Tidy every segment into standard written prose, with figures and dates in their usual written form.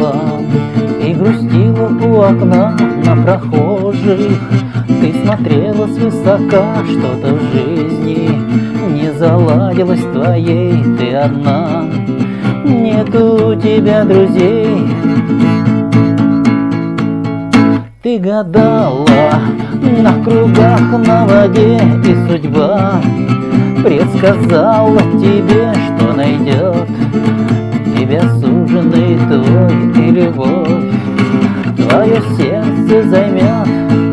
шла и грустила у окна на прохожих. Ты смотрела свысока, что-то в жизни не заладилось твоей, ты одна, нету у тебя друзей. Ты гадала на кругах на воде, и судьба предсказала тебе, что найдет тебя суженый твой, и любовь твое сердце займет.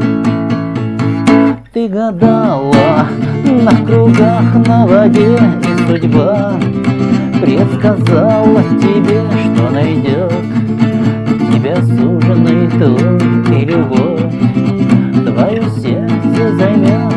Ты гадала на кругах на воде, и судьба предсказала тебе, что найдет тебя суженый твой, и любовь твое сердце займет.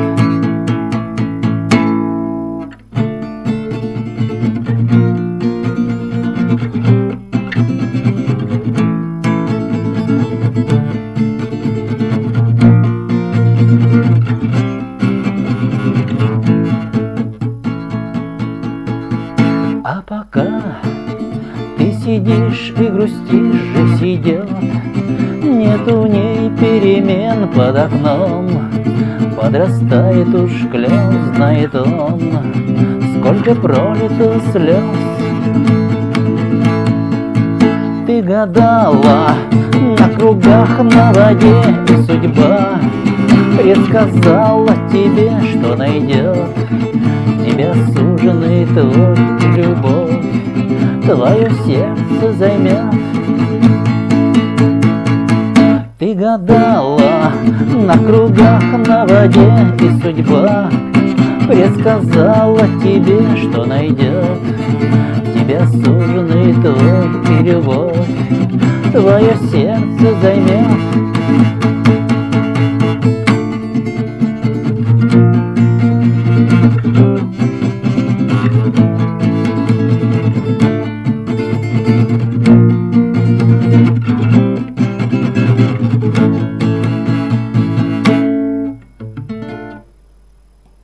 А пока ты сидишь и грустишь, жизнь идет, нет у ней перемен под окном. Подрастает уж клен, знает он, сколько пролито слез. Ты гадала на кругах на воде, и судьба предсказала тебе, что найдет тебя суженый твой, и любовь твое сердце займет. Ты гадала на кругах на воде, и судьба предсказала тебе, что найдет тебя суженый твой, и любовь твое сердце займет.